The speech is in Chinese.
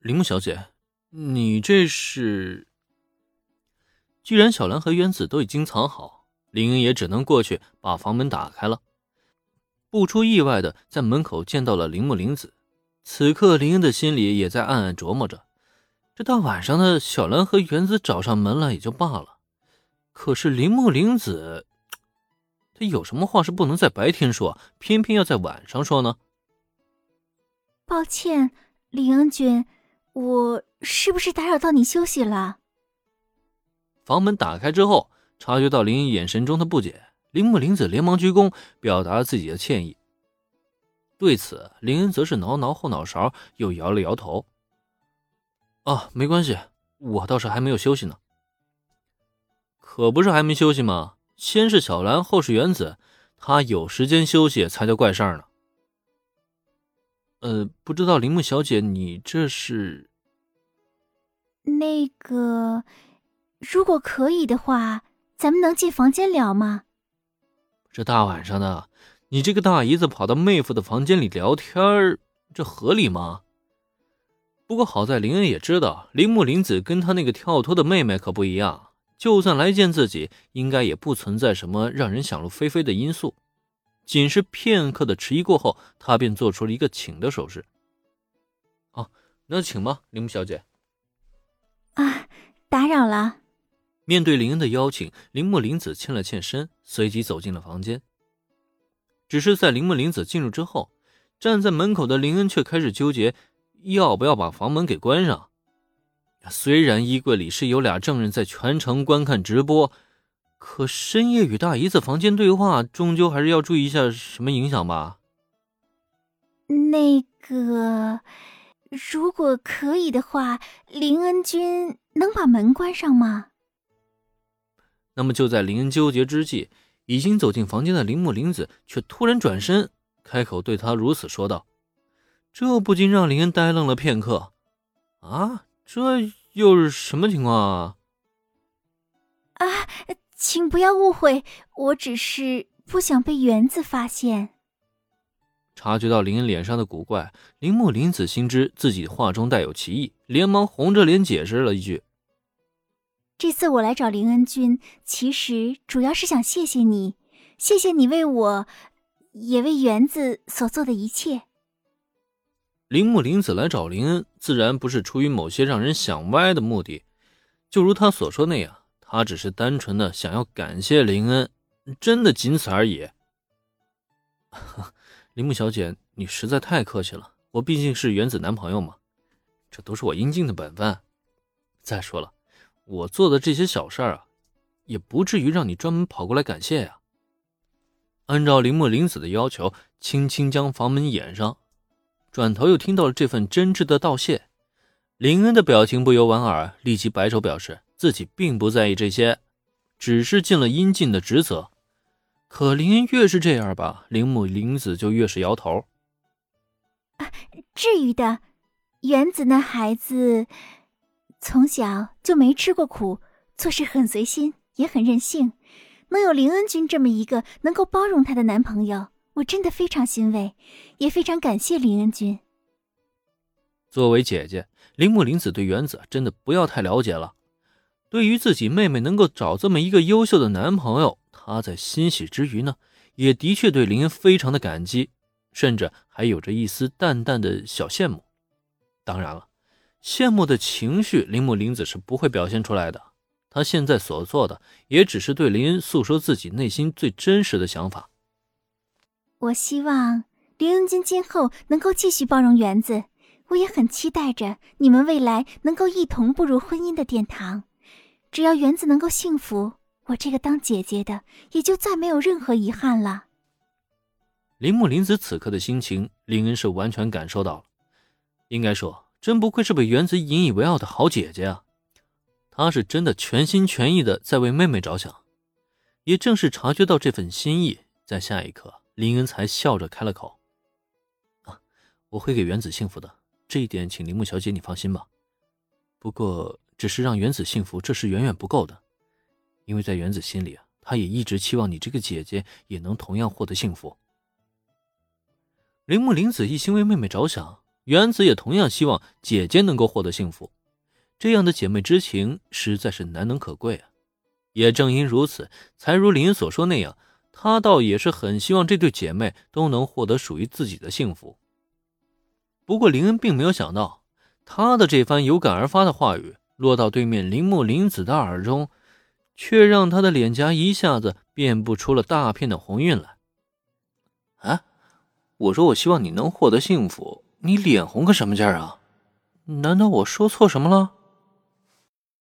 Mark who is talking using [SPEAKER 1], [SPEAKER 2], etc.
[SPEAKER 1] 铃木小姐，你这是……既然小兰和原子都已经藏好，林恩也只能过去把房门打开了。不出意外的，在门口见到了铃木玲子。此刻林恩的心里也在暗暗琢磨着，这大晚上的，小兰和原子找上门来也就罢了，可是铃木玲子，她有什么话是不能在白天说，偏偏要在晚上说呢？
[SPEAKER 2] 抱歉，林恩君，我是不是打扰到你休息了？
[SPEAKER 1] 房门打开之后，察觉到林恩眼神中的不解，铃木玲子连忙鞠躬，表达自己的歉意。对此，林恩则是挠挠后脑勺，又摇了摇头。没关系，我倒是还没有休息呢。可不是还没休息吗？先是小兰，后是原子，他有时间休息才叫怪事儿呢。不知道铃木小姐，你这是……
[SPEAKER 2] 那个，如果可以的话，咱们能进房间聊吗？
[SPEAKER 1] 这大晚上的，你这个大姨子跑到妹夫的房间里聊天，这合理吗？不过好在林恩也知道，铃木玲子跟她那个跳脱的妹妹可不一样，就算来见自己，应该也不存在什么让人想入非非的因素。仅是片刻的迟疑过后，他便做出了一个请的手势。好，那请吧，铃木小姐。
[SPEAKER 2] 打扰了。
[SPEAKER 1] 面对林恩的邀请，铃木玲子欠了欠身，随即走进了房间。只是在铃木玲子进入之后，站在门口的林恩却开始纠结要不要把房门给关上。虽然衣柜里是有俩证人在全程观看直播，可深夜与大姨子房间对话，终究还是要注意一下什么影响吧。
[SPEAKER 2] 那个，如果可以的话，林恩君能把门关上吗？
[SPEAKER 1] 那么就在林恩纠结之际，已经走进房间的铃木玲子却突然转身，开口对他如此说道。这不禁让林恩呆愣了片刻。这又是什么情况啊？
[SPEAKER 2] 请不要误会，我只是不想被园子发现。
[SPEAKER 1] 察觉到林恩脸上的古怪，铃木玲子心知自己话中带有歧义，连忙红着脸解释了一句。
[SPEAKER 2] 这次我来找林恩君，其实主要是想谢谢你，谢谢你为我，也为园子所做的一切。
[SPEAKER 1] 铃木玲子来找林恩，自然不是出于某些让人想歪的目的，就如他所说那样，他只是单纯的想要感谢林恩，真的仅此而已。铃木小姐，你实在太客气了，我毕竟是原子男朋友嘛，这都是我应尽的本分。再说了，我做的这些小事儿也不至于让你专门跑过来感谢呀。按照铃木玲子的要求，轻轻将房门掩上，转头又听到了这份真挚的道谢。林恩的表情不由莞尔，立即摆手表示自己并不在意这些，只是尽了应尽的职责。可林恩越是这样吧，铃木玲子就越是摇头。
[SPEAKER 2] 至于的，园子那孩子从小就没吃过苦，做事很随心，也很任性。能有林恩君这么一个能够包容她的男朋友，我真的非常欣慰，也非常感谢林恩君。
[SPEAKER 1] 作为姐姐，铃木玲子对原子真的不要太了解了。对于自己妹妹能够找这么一个优秀的男朋友，她在欣喜之余呢，也的确对林恩非常的感激，甚至还有着一丝淡淡的小羡慕。当然了，羡慕的情绪铃木玲子是不会表现出来的，她现在所做的也只是对林恩诉说自己内心最真实的想法。
[SPEAKER 2] 我希望林恩君今后能够继续包容园子，我也很期待着你们未来能够一同步入婚姻的殿堂。只要园子能够幸福，我这个当姐姐的也就再没有任何遗憾了。
[SPEAKER 1] 铃木玲子此刻的心情，林恩是完全感受到了。应该说，真不愧是被原子引以为傲的好姐姐啊！她是真的全心全意的在为妹妹着想。也正是察觉到这份心意，在下一刻，林恩才笑着开了口：“我会给原子幸福的，这一点请铃木小姐你放心吧。不过，只是让原子幸福，这是远远不够的，因为在原子心里她也一直期望你这个姐姐也能同样获得幸福。”铃木玲子一心为妹妹着想， 原子也同样希望姐姐能够获得幸福。这样的姐妹之情实在是难能可贵啊。也正因如此，才如林恩所说那样，她倒也是很希望这对姐妹都能获得属于自己的幸福。不过林恩并没有想到，他的这番有感而发的话语落到对面铃木林子的耳中，却让他的脸颊一下子遍布出了大片的红晕来。啊，我说我希望你能获得幸福，你脸红个什么劲儿啊？难道我说错什么了？